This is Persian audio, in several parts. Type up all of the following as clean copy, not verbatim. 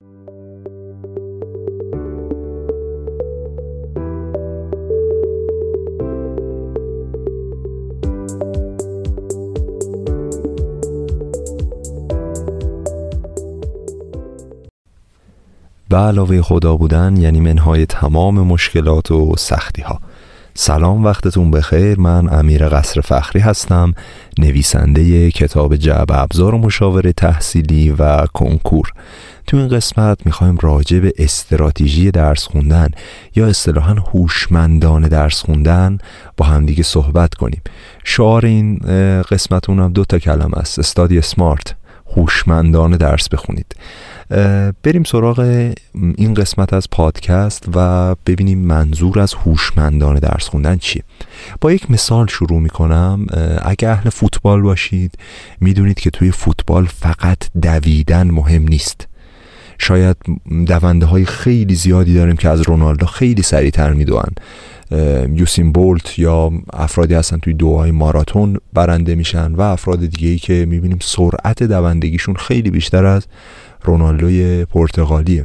به علاوه خدا بودن یعنی منهای تمام مشکلات و سختی ها. سلام، وقتتون بخیر. من امیر قصر فخری هستم، نویسنده کتاب جعبه ابزار و مشاوره تحصیلی و کنکور. تو این قسمت میخوایم راجع به استراتژی درس خوندن یا اصطلاحاً هوشمندانه درس خوندن با هم دیگه صحبت کنیم. شعار این قسمت اونم 2 کلمه است: استادی سمارت، هوشمندانه درس بخونید. بریم سراغ این قسمت از پادکست و ببینیم منظور از هوشمندانه درس خوندن چیه. با یک مثال شروع میکنم. اگه اهل فوتبال باشید میدونید که توی فوتبال فقط دویدن مهم نیست. شاید دونده های خیلی زیادی داریم که از رونالدو خیلی سریعتر میدوئن. یوسین بولت یا افرادی هستن توی دوهای ماراتون برنده میشن و افراد دیگه‌ای که میبینیم سرعت دوندگیشون خیلی بیشتر از رونالدوی پرتغالیه.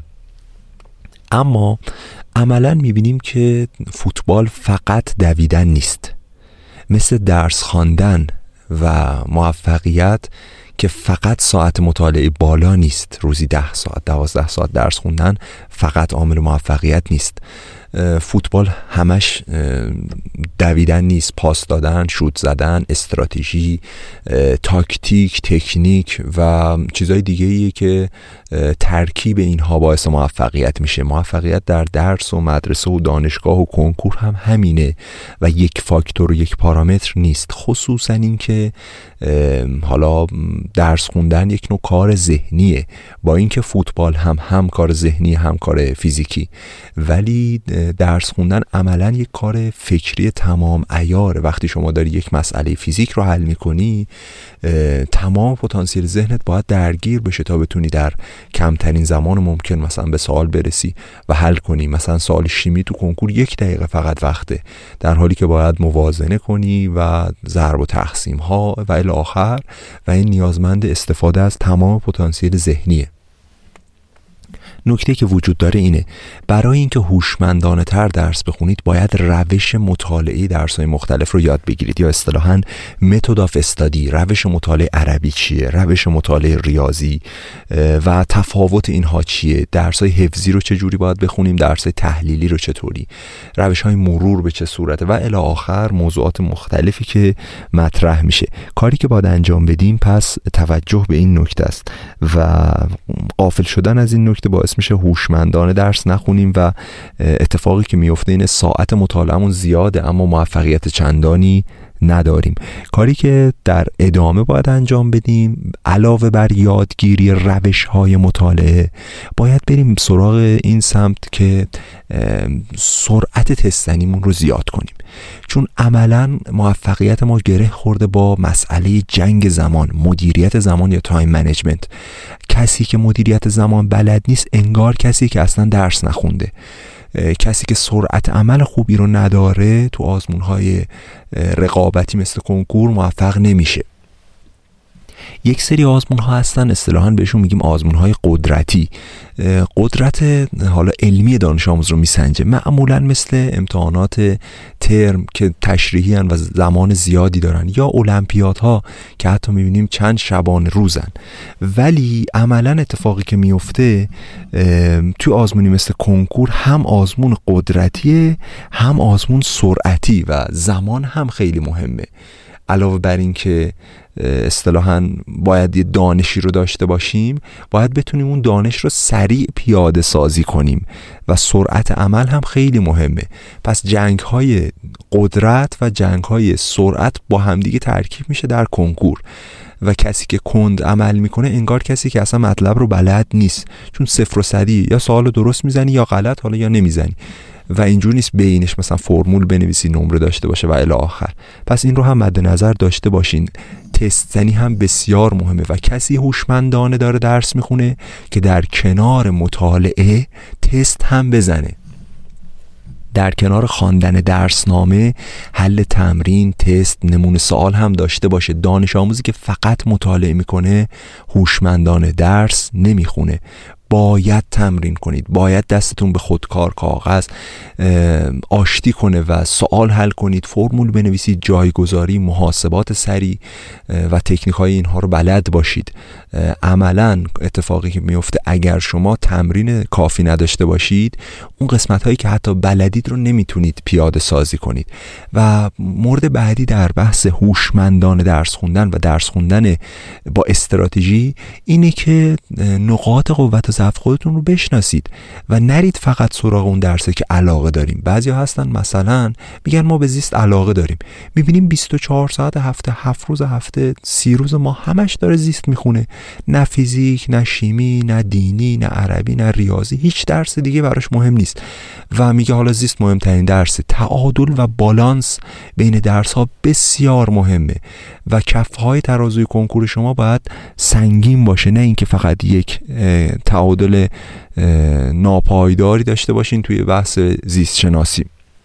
اما عملاً میبینیم که فوتبال فقط دویدن نیست. مثل درس خواندن و موفقیت که فقط ساعت مطالعه بالا نیست. روزی 10 ساعت 12 ساعت درس خوندن فقط عامل موفقیت نیست. فوتبال همش دویدن نیست، پاس دادن، شوت زدن، استراتژی، تاکتیک، تکنیک و چیزهای دیگه‌ایه که ترکیب اینها باعث موفقیت میشه. موفقیت در درس و مدرسه و دانشگاه و کنکور هم همینه و یک فاکتور و یک پارامتر نیست. خصوصا این که حالا درس خوندن یک نوع کار ذهنیه، با اینکه فوتبال هم کار ذهنی هم کار فیزیکی، ولی درس خوندن عملا یک کار فکری تمام عیاره. وقتی شما داری یک مسئله فیزیک رو حل میکنی، تمام پتانسیل ذهنت باید درگیر بشه تا بتونی در کمترین زمان ممکن مثلا به سوال برسی و حل کنی. مثلا سوال شیمی تو کنکور 1 دقیقه فقط وقته، در حالی که باید موازنه کنی و ضرب و تقسیم ها و الی آخر، و این نیازمند استفاده از تمام پتانسیل ذهنیه. نکته که وجود داره اینه: برای اینکه هوشمندانه تر درس بخونید باید روش مطالعه درس‌های مختلف رو یاد بگیرید، یا اصطلاحاً متد آف استادی. روش مطالعه عربی چیه، روش مطالعه ریاضی و تفاوت اینها چیه، درس‌های حفظی رو چه جوری باید بخونیم، درس‌های تحلیلی رو چطوری، روش‌های مرور به چه صورته و الی آخر موضوعات مختلفی که مطرح میشه. کاری که باید انجام بدیم پس توجه به این نکته است و غافل شدن از این نکته باعث میشه هوشمندانه درس نخونیم و اتفاقی که میفته اینه ساعت مطالعه‌مون زیاده اما موفقیت چندانی نداریم. کاری که در ادامه باید انجام بدیم، علاوه بر یادگیری روش‌های مطالعه، باید بریم سراغ این سمت که سرعت تستنیمون رو زیاد کنیم، چون عملاً موفقیت ما گره خورده با مسئله جنگ زمان، مدیریت زمان یا تایم منیجمنت. کسی که مدیریت زمان بلد نیست انگار کسی که اصلا درس نخونده. کسی که سرعت عمل خوبی رو نداره تو آزمون‌های رقابتی مثل کنکور موفق نمیشه. یک سری آزمون ها هستن اصطلاحاً بهشون میگیم آزمون های قدرتی. قدرت حالا علمی دانش آموز رو میسنجه، معمولاً مثل امتحانات ترم که تشریحی هن و زمان زیادی دارن، یا المپیادها که حتی میبینیم چند شبانه روزن. ولی عملاً اتفاقی که میفته توی آزمونی مثل کنکور هم آزمون قدرتیه هم آزمون سرعتی و زمان هم خیلی مهمه. علاوه بر این که اصطلاحاً باید یه دانشی رو داشته باشیم، باید بتونیم اون دانش رو سریع پیاده سازی کنیم و سرعت عمل هم خیلی مهمه. پس جنگ‌های قدرت و جنگ‌های سرعت با همدیگه ترکیب میشه در کنکور و کسی که کند عمل میکنه انگار کسی که اصلا مطلب رو بلد نیست، چون 0 و 100 یا سوال درست میزنی یا غلط، حالا یا نمیزنی و اینجور نیست بینش مثلا فرمول بنویسی، نمره داشته باشه و الی آخر. پس این رو هم مد نظر داشته باشین. تست زنی هم بسیار مهمه و کسی هوشمندانه داره درس میخونه که در کنار مطالعه تست هم بزنه. در کنار خواندن درسنامه حل تمرین، تست، نمونه سوال هم داشته باشه. دانش آموزی که فقط مطالعه میکنه هوشمندانه درس نمیخونه. باید تمرین کنید، باید دستتون به خودکار کاغذ آشتی کنه و سوال حل کنید، فرمول بنویسید، جایگذاری، محاسبات سریع و تکنیک های اینها رو بلد باشید. عملا اتفاقی که میفته اگر شما تمرین کافی نداشته باشید، اون قسمت هایی که حتی بلدید رو نمیتونید پیاده سازی کنید. و مورد بعدی در بحث هوشمندانه درس خوندن و درس خوندن با استراتژی اینه که نقاط قوت و ضعف خودتون رو بشناسید و نرید فقط سراغ اون درسی که علاقه داریم. بعضیا هستن مثلا میگن ما به زیست علاقه داریم، میبینیم 24 ساعت هفته، 7 روز هفته، 30 روز ما همش داره زیست میخونه، نه فیزیک، نه شیمی، نه دینی، نه عربی، نه ریاضی، هیچ درس دیگه براش مهم نیست و میگه حالا زیست مهمترین درسه. تعادل و بالانس بین درس ها بسیار مهمه و کفهای ترازوی کنکور شما باید سنگین باشه، نه اینکه فقط یک تعادل ناپایداری داشته باشین توی بحث زیست شناسی.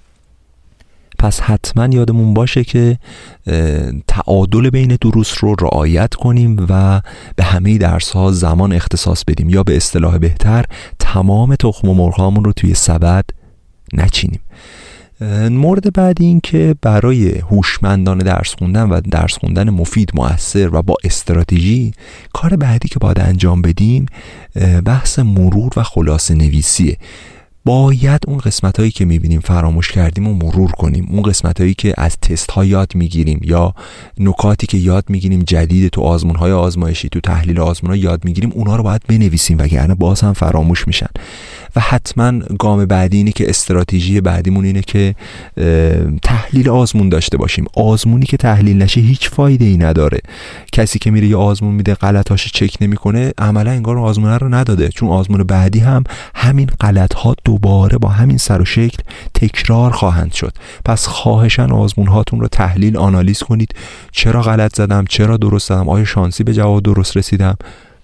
پس حتما یادمون باشه که تعادل بین دروس رو رعایت کنیم و به همه درس ها زمان اختصاص بدیم، یا به اصطلاح بهتر تمام تخم و مرغامون رو توی سبد نچینیم. مورد بعدی این که برای هوشمندانه درس خوندن و درس خوندن مفید، مؤثر و با استراتژی، کار بعدی که باید انجام بدیم بحث مرور و خلاصه نویسیه. باید اون قسمت هایی که میبینیم فراموش کردیم و مرور کنیم. اون قسمت هایی که از تست ها یاد میگیریم یا نکاتی که یاد میگیریم جدید تو آزمون های آزمایشی، تو تحلیل آزمون ها یاد میگیریم، اونا رو باید بنویسیم وگرنه باز هم فراموش میشن. و حتما گام بعدی اینه که استراتژی بعدیمون اینه که تحلیل آزمون داشته باشیم. آزمونی که تحلیل نشه هیچ فایده ای نداره. کسی که میره یه آزمون میده غلطاشو چک نمیکنه، عملا انگار آزمون رو نداده، چون آزمون بعدی هم همین غلط ها دوباره با همین سر و شکل تکرار خواهند شد. پس خواهشاً آزمون هاتون رو تحلیل آنالیز کنید. چرا غلط زدم؟ چرا درست زدم؟ آیا شانسی به جواب درست رسیدم؟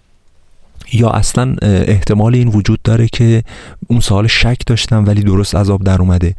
یا اصلا احتمال این وجود داره که اون سوال شک داشتم ولی درست از آب در اومده.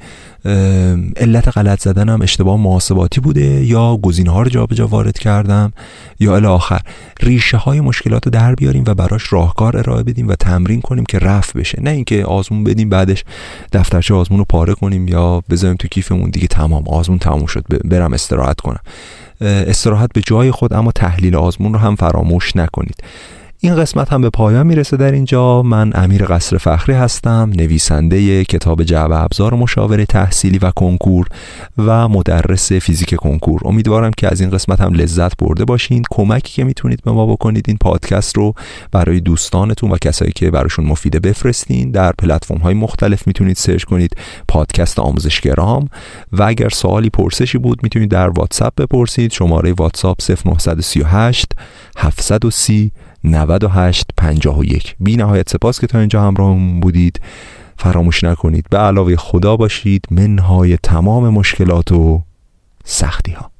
علت غلط زدنم اشتباه محاسباتی بوده یا گزینه‌ها رو جابجا وارد کردم یا الی آخر. ریشه های مشکلات رو در بیاریم و براش راهکار ارائه بدیم و تمرین کنیم که رفع بشه، نه اینکه آزمون بدیم بعدش دفترچه آزمون رو پاره کنیم یا بذاریم تو کیفمون دیگه تمام آزمون تموم شد برم استراحت کنم. استراحت به جای خود، اما تحلیل آزمون رو هم فراموش نکنید. این قسمت هم به پایان میرسه. در اینجا من امیر قصر فخری هستم، نویسنده کتاب جعبه ابزار مشاوره تحصیلی و کنکور و مدرس فیزیک کنکور. امیدوارم که از این قسمت هم لذت برده باشین. کمکی که میتونید به ما بکنید این پادکست رو برای دوستانتون و کسایی که براشون مفیده بفرستین. در پلتفرم های مختلف میتونید سرچ کنید پادکست آموزشگرام و اگر سوالی پرسشی بود میتونید در واتساپ بپرسید. شماره واتساپ 0938 730 9851. بی نهایت سپاس که تا اینجا همراهم بودید. فراموش نکنید به علاوه خدا باشید منهای تمام مشکلات و سختی ها.